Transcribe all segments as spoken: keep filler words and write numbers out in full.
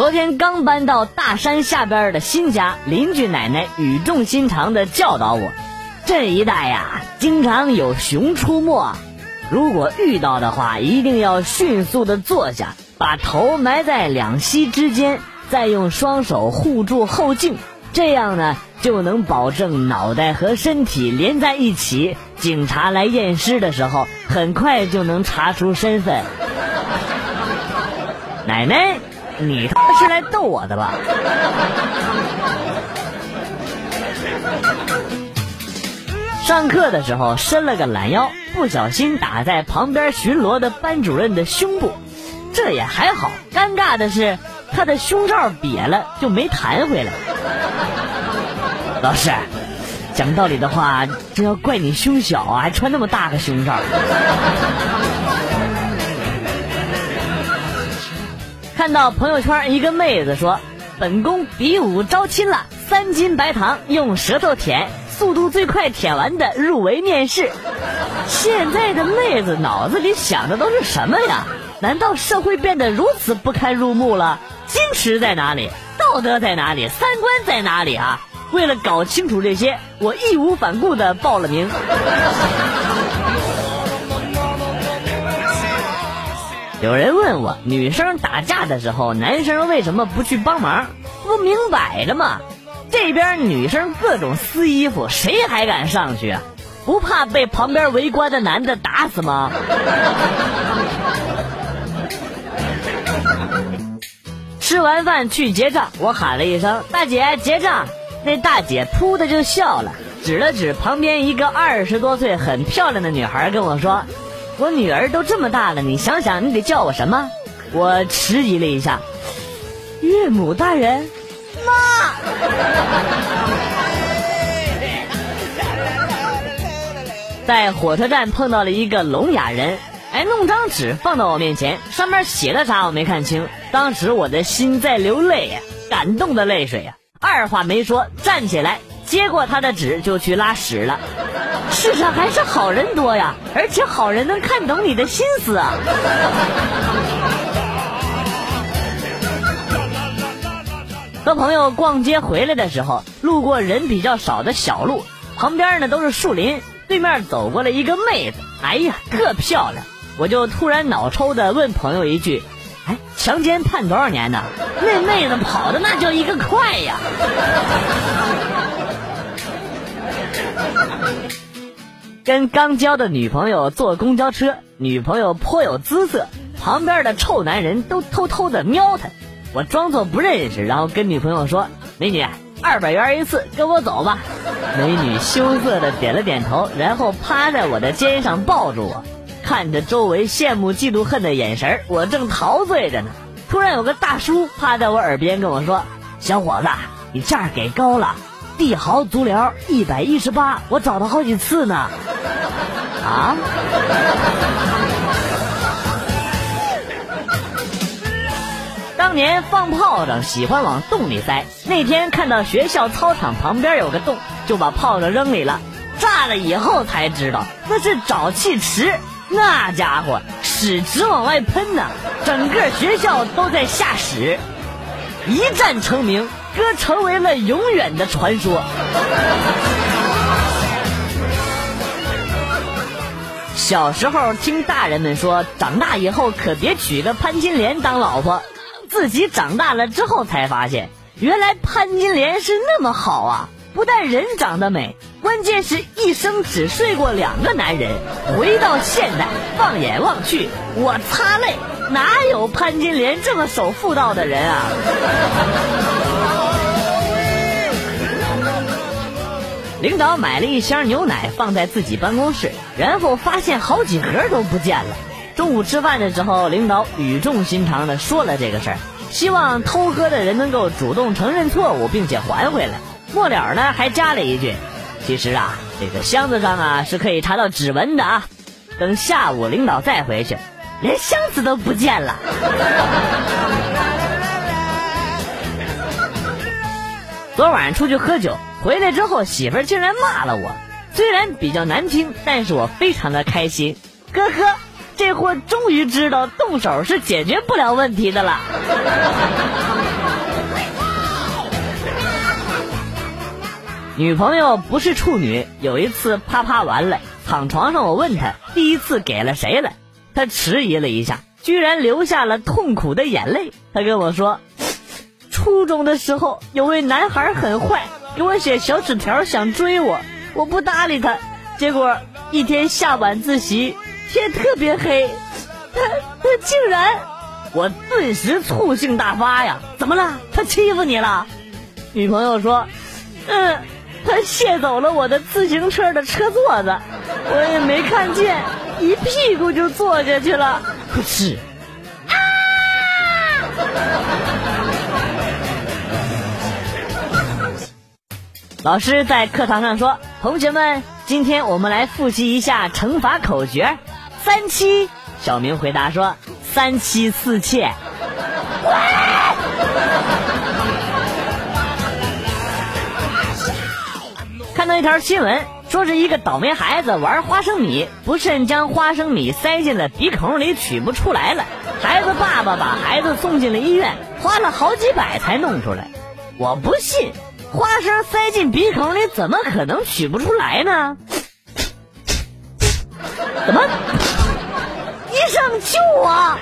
昨天刚搬到大山下边的新家，邻居奶奶语重心长地教导我，这一带呀经常有熊出没，如果遇到的话一定要迅速地坐下，把头埋在两膝之间，再用双手护住后颈，这样呢就能保证脑袋和身体连在一起，警察来验尸的时候很快就能查出身份。奶奶，你他妈是来逗我的吧？上课的时候伸了个懒腰，不小心打在旁边巡逻的班主任的胸部，这也还好，尴尬的是他的胸罩瘪了，就没弹回来。老师，讲道理的话，这要怪你胸小啊，还穿那么大个胸罩。看到朋友圈一个妹子说，本宫比武招亲了，三斤白糖用舌头舔，速度最快舔完的入围面试。现在的妹子脑子里想的都是什么呀？难道社会变得如此不堪入目了？矜持在哪里？道德在哪里？三观在哪里啊？为了搞清楚这些，我义无反顾地报了名。有人问我，女生打架的时候男生为什么不去帮忙？不明摆着吗？这边女生各种撕衣服，谁还敢上去啊？不怕被旁边围观的男的打死吗？吃完饭去结账，我喊了一声大姐结账，那大姐噗的就笑了，指了指旁边一个二十多岁很漂亮的女孩跟我说，我女儿都这么大了，你想想你得叫我什么？我迟疑了一下，岳母大人。妈。在火车站碰到了一个聋哑人，哎，弄张纸放到我面前，上面写了啥我没看清，当时我的心在流泪呀，感动的泪水呀，二话没说站起来接过他的纸就去拉屎了。世上还是好人多呀，而且好人能看懂你的心思啊。和朋友逛街回来的时候，路过人比较少的小路，旁边呢都是树林，对面走过来一个妹子，哎呀特漂亮，我就突然脑抽的问朋友一句，哎，强奸判多少年呢？那妹子跑的那叫一个快呀。跟刚交的女朋友坐公交车，女朋友颇有姿色，旁边的臭男人都偷偷的瞄她，我装作不认识，然后跟女朋友说，美女二百元一次，跟我走吧。美女羞涩的点了点头，然后趴在我的肩上抱住我，看着周围羡慕嫉妒恨的眼神，我正陶醉着呢，突然有个大叔趴在我耳边跟我说，小伙子你价给高了，帝豪足疗一百一十八，我找了好几次呢。啊？当年放炮仗喜欢往洞里塞，那天看到学校操场旁边有个洞，就把炮仗扔里了。炸了以后才知道那是沼气池，那家伙屎直往外喷呢，整个学校都在下屎，一战成名，歌成为了永远的传说。小时候听大人们说，长大以后可别娶个潘金莲当老婆，自己长大了之后才发现，原来潘金莲是那么好啊，不但人长得美，关键是一生只睡过两个男人。回到现代，放眼望去，我擦泪，哪有潘金莲这么守妇道的人啊？领导买了一箱牛奶放在自己办公室，然后发现好几盒都不见了。中午吃饭的时候，领导语重心长地说了这个事儿，希望偷喝的人能够主动承认错误并且还回来。末了呢还加了一句，其实啊这个箱子上啊是可以查到指纹的啊。等下午领导再回去，连箱子都不见了。昨晚出去喝酒回来之后，媳妇儿竟然骂了我，虽然比较难听，但是我非常的开心。呵呵，这货终于知道动手是解决不了问题的了。 女朋友不是处女，有一次啪啪完了，躺床上我问她第一次给了谁了，她迟疑了一下，居然流下了痛苦的眼泪。她跟我说，初中的时候有位男孩很坏，给我写小纸条想追我，我不搭理他，结果一天下晚自习，天特别黑，他他竟然，我顿时醋性大发呀！怎么了？他欺负你了？女朋友说，嗯，他卸走了我的自行车的车座子，我也没看见，一屁股就坐下去了。可是，啊！老师在课堂上说，同学们，今天我们来复习一下乘法口诀。三七，小明回答说，三妻四妾。看到一条新闻，说是一个倒霉孩子玩花生米，不慎将花生米塞进了鼻孔里，取不出来了。孩子爸爸把孩子送进了医院，花了好几百才弄出来。我不信，花生塞进鼻孔里怎么可能取不出来呢？怎么？医生救我！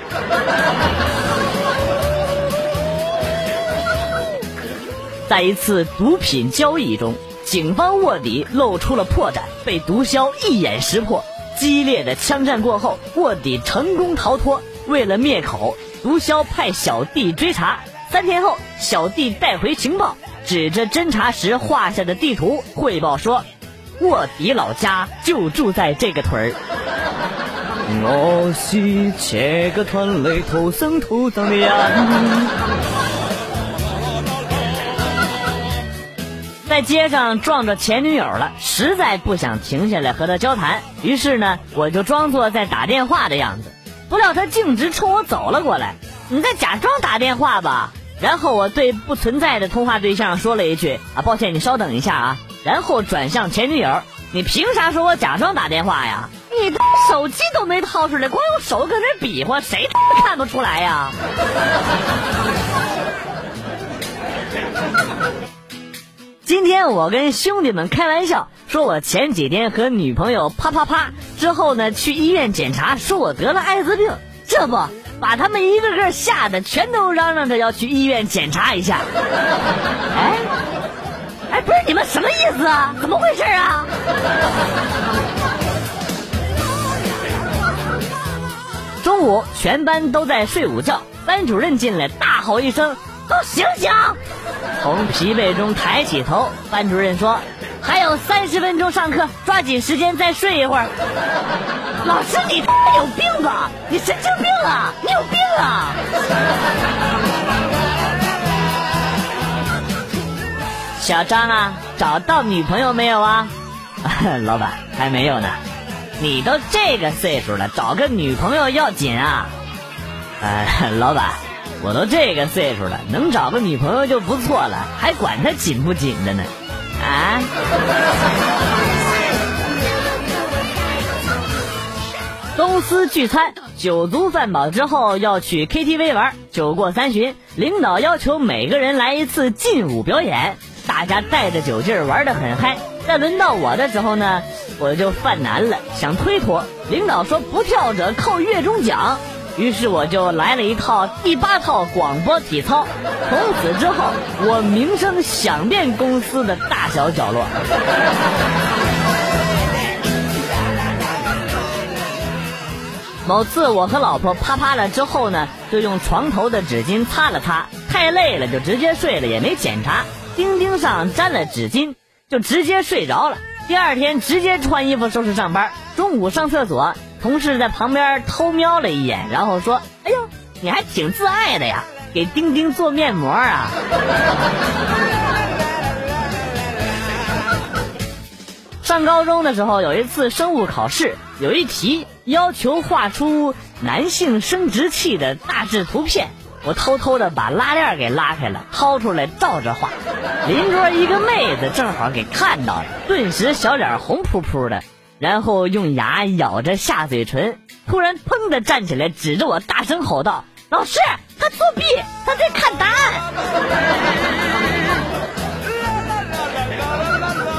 在一次毒品交易中，警方卧底露出了破绽，被毒枭一眼识破。激烈的枪战过后，卧底成功逃脱。为了灭口，毒枭派小弟追查。三天后，小弟带回情报，指着侦查时画下的地图汇报说，卧底老家就住在这个屯儿。我是这个团里土生土长的人。在街上撞着前女友了，实在不想停下来和她交谈，于是呢，我就装作在打电话的样子。不料她径直冲我走了过来，你在假装打电话吧？然后我对不存在的通话对象说了一句啊，抱歉，你稍等一下啊。然后转向前女友，你凭啥说我假装打电话呀？你的手机都没掏出来，光用手搁那比划，谁他妈看不出来呀？今天我跟兄弟们开玩笑，说我前几天和女朋友啪啪啪之后呢，去医院检查，说我得了艾滋病，这不把他们一个个吓得全都嚷嚷着要去医院检查一下。哎哎，不是你们什么意思啊？怎么回事啊？中午全班都在睡午觉，班主任进来大吼一声，都醒醒！从疲惫中抬起头，班主任说，还有三十分钟上课，抓紧时间再睡一会儿。老师，你他妈有病吧？你神经病啊！你有病啊！小张啊，找到女朋友没有啊？老板，还没有呢。你都这个岁数了，找个女朋友要紧啊！呃，老板，我都这个岁数了，能找个女朋友就不错了，还管她紧不紧的呢？啊！公司聚餐，酒足饭饱之后要去 K T V 玩，酒过三巡，领导要求每个人来一次劲舞表演，大家带着酒劲儿玩得很嗨。在轮到我的时候呢，我就犯难了，想推脱，领导说不跳者扣月终奖，于是我就来了一套第八套广播体操。从此之后，我名声响遍公司的大小角落。某次我和老婆啪啪了之后呢，就用床头的纸巾擦了擦，太累了就直接睡了，也没检查，钉钉上沾了纸巾，就直接睡着了。第二天直接穿衣服收拾上班。中午上厕所，同事在旁边偷瞄了一眼，然后说，哎呦，你还挺自爱的呀，给丁丁做面膜啊。上高中的时候有一次生物考试，有一题要求画出男性生殖器的大致图片，我偷偷的把拉链给拉开了，掏出来照着画。邻桌一个妹子正好给看到了，顿时小脸红扑扑的，然后用牙咬着下嘴唇，突然砰的站起来，指着我大声吼道，老师，他作弊，他在看答案。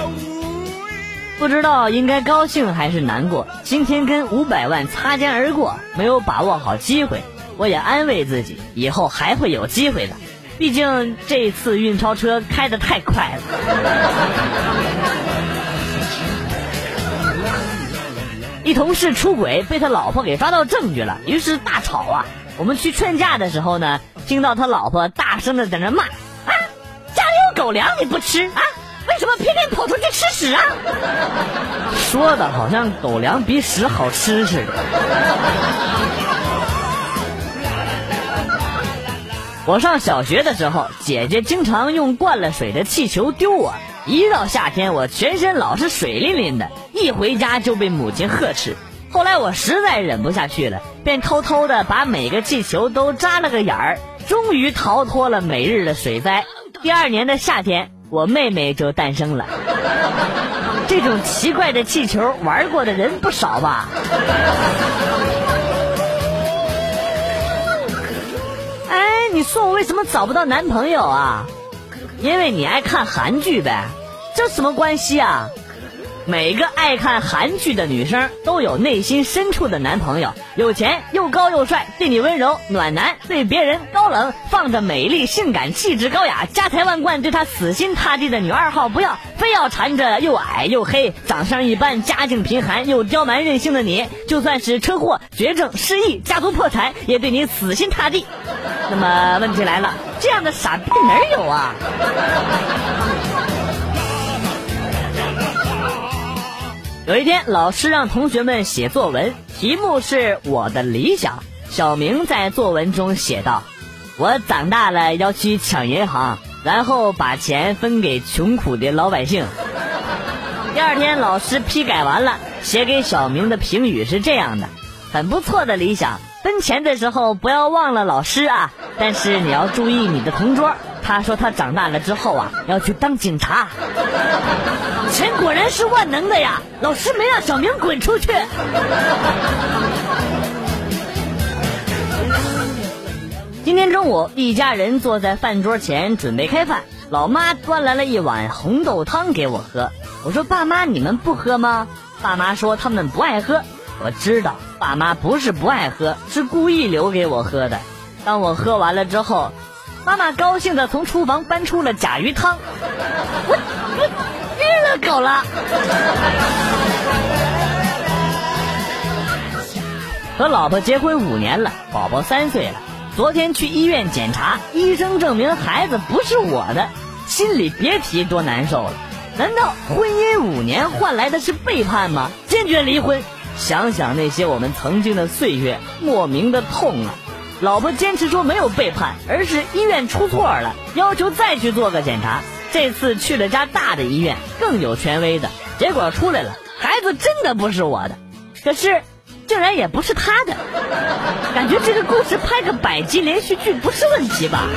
不知道应该高兴还是难过，今天跟五百万擦肩而过，没有把握好机会。我也安慰自己，以后还会有机会的，毕竟这次运钞车开得太快了。一同事出轨被他老婆给抓到证据了，于是大吵啊。我们去劝架的时候呢，听到他老婆大声的在那骂啊，家里有狗粮你不吃啊，为什么偏偏跑出去吃屎啊？说的好像狗粮比屎好吃似的。我上小学的时候，姐姐经常用灌了水的气球丢我，一到夏天我全身老是水淋淋的，一回家就被母亲呵斥。后来我实在忍不下去了，便偷偷的把每个气球都扎了个眼儿，终于逃脱了每日的水灾。第二年的夏天，我妹妹就诞生了。这种奇怪的气球玩过的人不少吧？哎，你说我为什么找不到男朋友啊？因为你爱看韩剧呗，这什么关系啊？每个爱看韩剧的女生都有内心深处的男朋友，有钱又高又帅，对你温柔暖男，对别人高冷，放着美丽性感气质高雅，家财万贯，对他死心塌地的女二号不要，非要缠着又矮又黑长相一般家境贫寒又刁蛮任性的你，就算是车祸绝症失忆家族破产也对你死心塌地。那么问题来了，这样的傻逼哪儿有啊？有一天，老师让同学们写作文，题目是我的理想。小明在作文中写道：我长大了要去抢银行，然后把钱分给穷苦的老百姓。第二天老师批改完了，写给小明的评语是这样的：很不错的理想，分钱的时候不要忘了老师啊，但是你要注意你的同桌，他说他长大了之后啊要去当警察。钱果然是万能的呀，老师没让小明滚出去。今天中午，一家人坐在饭桌前准备开饭，老妈端来了一碗红豆汤给我喝。我说爸妈你们不喝吗？爸妈说他们不爱喝。我知道爸妈不是不爱喝，是故意留给我喝的。当我喝完了之后，妈妈高兴地从厨房搬出了甲鱼汤。我我晕了狗了。和老婆结婚五年了，宝宝三岁了。昨天去医院检查，医生证明孩子不是我的，心里别提多难受了。难道婚姻五年换来的是背叛吗？坚决离婚。想想那些我们曾经的岁月，莫名的痛啊。老婆坚持说没有背叛，而是医院出错了，要求再去做个检查。这次去了家大的医院，更有权威的，结果出来了，孩子真的不是我的，可是竟然也不是他的。感觉这个故事拍个百集连续剧不是问题吧？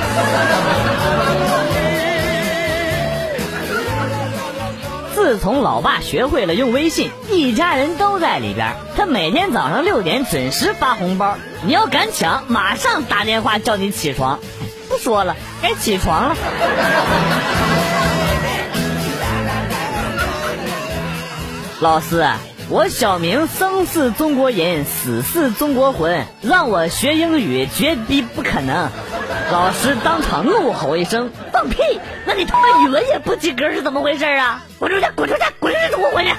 自从老爸学会了用微信，一家人都在里边。他每天早上六点准时发红包，你要敢抢，马上打电话叫你起床。不说了，该起床了。老师，我小明生似中国人，死似中国魂，让我学英语绝逼不可能。老师当场怒吼一声：放屁！那你他妈语文也不及格是怎么回事啊？滚出去！滚出去！滚出去！给我滚去！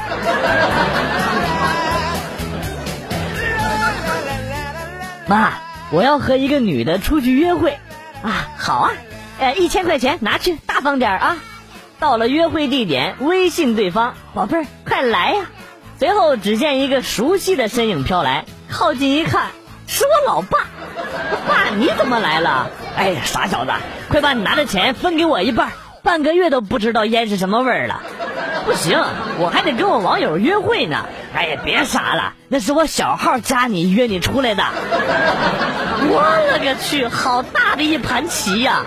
妈，我要和一个女的出去约会啊！好啊，呃，一千块钱拿去，大方点啊！到了约会地点，微信对方：宝贝儿，快来呀！随后只见一个熟悉的身影飘来，靠近一看，是我老爸。爸，你怎么来了？哎呀，傻小子，快把你拿的钱分给我一半，半个月都不知道烟是什么味儿了。不行，我还得跟我网友约会呢。哎呀，别傻了，那是我小号加你约你出来的。我勒个去，好大的一盘棋呀！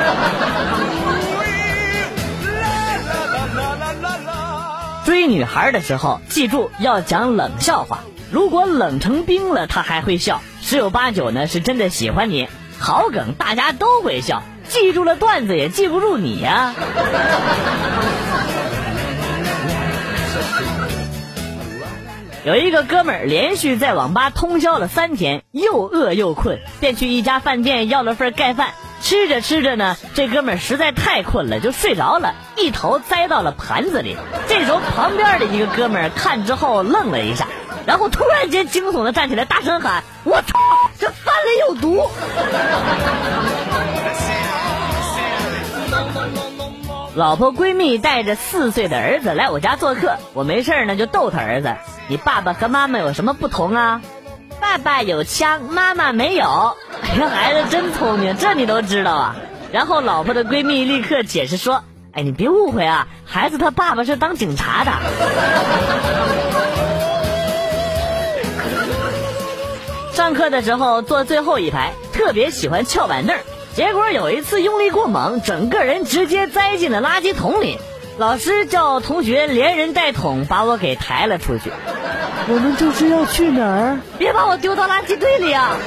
追女孩的时候，记住要讲冷笑话。如果冷成冰了，她还会笑，十有八九呢是真的喜欢你。好梗大家都会笑，记住了段子也记不住你呀。 有一个哥们儿连续在网吧通宵了三天，又饿又困，便去一家饭店要了份盖饭。吃着吃着呢，这哥们儿实在太困了，就睡着了，一头栽到了盘子里。这时候旁边的一个哥们儿看之后愣了一下，然后突然间惊悚的站起来，大声喊：我操，这饭里有毒！老婆闺蜜带着四岁的儿子来我家做客，我没事呢就逗他儿子：你爸爸和妈妈有什么不同啊？爸爸有枪，妈妈没有。哎呀，孩子真聪明，这你都知道啊。然后老婆的闺蜜立刻解释说：哎，你别误会啊，孩子他爸爸是当警察的。上课的时候坐最后一排，特别喜欢翘板凳，结果有一次用力过猛，整个人直接栽进了垃圾桶里。老师叫同学连人带桶把我给抬了出去。 我们这是要去哪儿？ 别把我丢到垃圾堆里啊！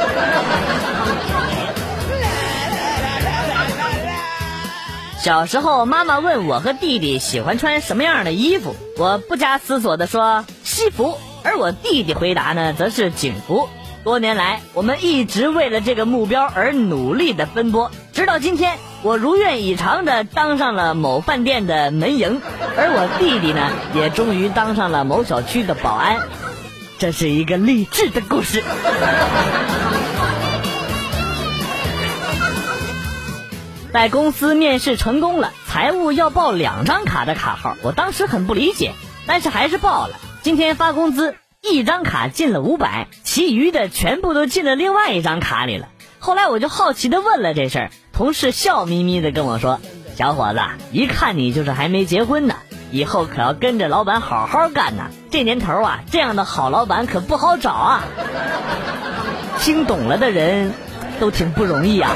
小时候妈妈问我和弟弟喜欢穿什么样的衣服，我不加思索地说西服，而我弟弟回答呢则是警服。多年来我们一直为了这个目标而努力的奔波，直到今天我如愿以偿的当上了某饭店的门迎，而我弟弟呢也终于当上了某小区的保安。这是一个励志的故事。在公司面试成功了，财务要报两张卡的卡号，我当时很不理解，但是还是报了。今天发工资，一张卡进了五百，其余的全部都进了另外一张卡里了。后来我就好奇的问了这事儿，同事笑眯眯的跟我说：小伙子，一看你就是还没结婚呢，以后可要跟着老板好好干呐，这年头啊，这样的好老板可不好找啊。听懂了的人都挺不容易啊。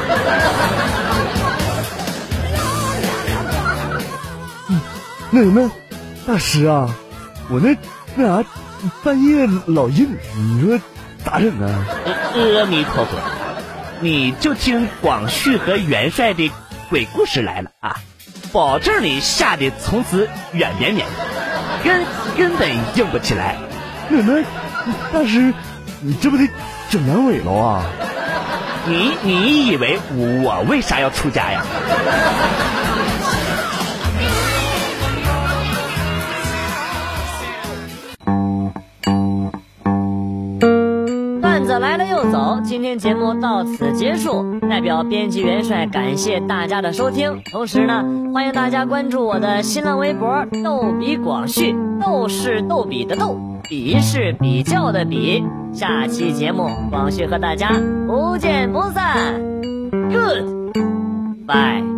嗯，那什么，大师啊，我那那啥半夜老硬，你说咋整啊？ 阿弥陀佛，你就听广旭和元帅的鬼故事来了啊！保证你吓得从此软绵绵，根根本硬不起来。 那那大师，你这不得整阳痿了啊？ 你你以为我为啥要出家呀？ 段子来了又走，今天节目到此结束。代表编辑元帅感谢大家的收听，同时呢，欢迎大家关注我的新浪微博逗比广旭，逗是逗比的逗，比是比较的比。下期节目广旭和大家不见不散 ，Goodbye。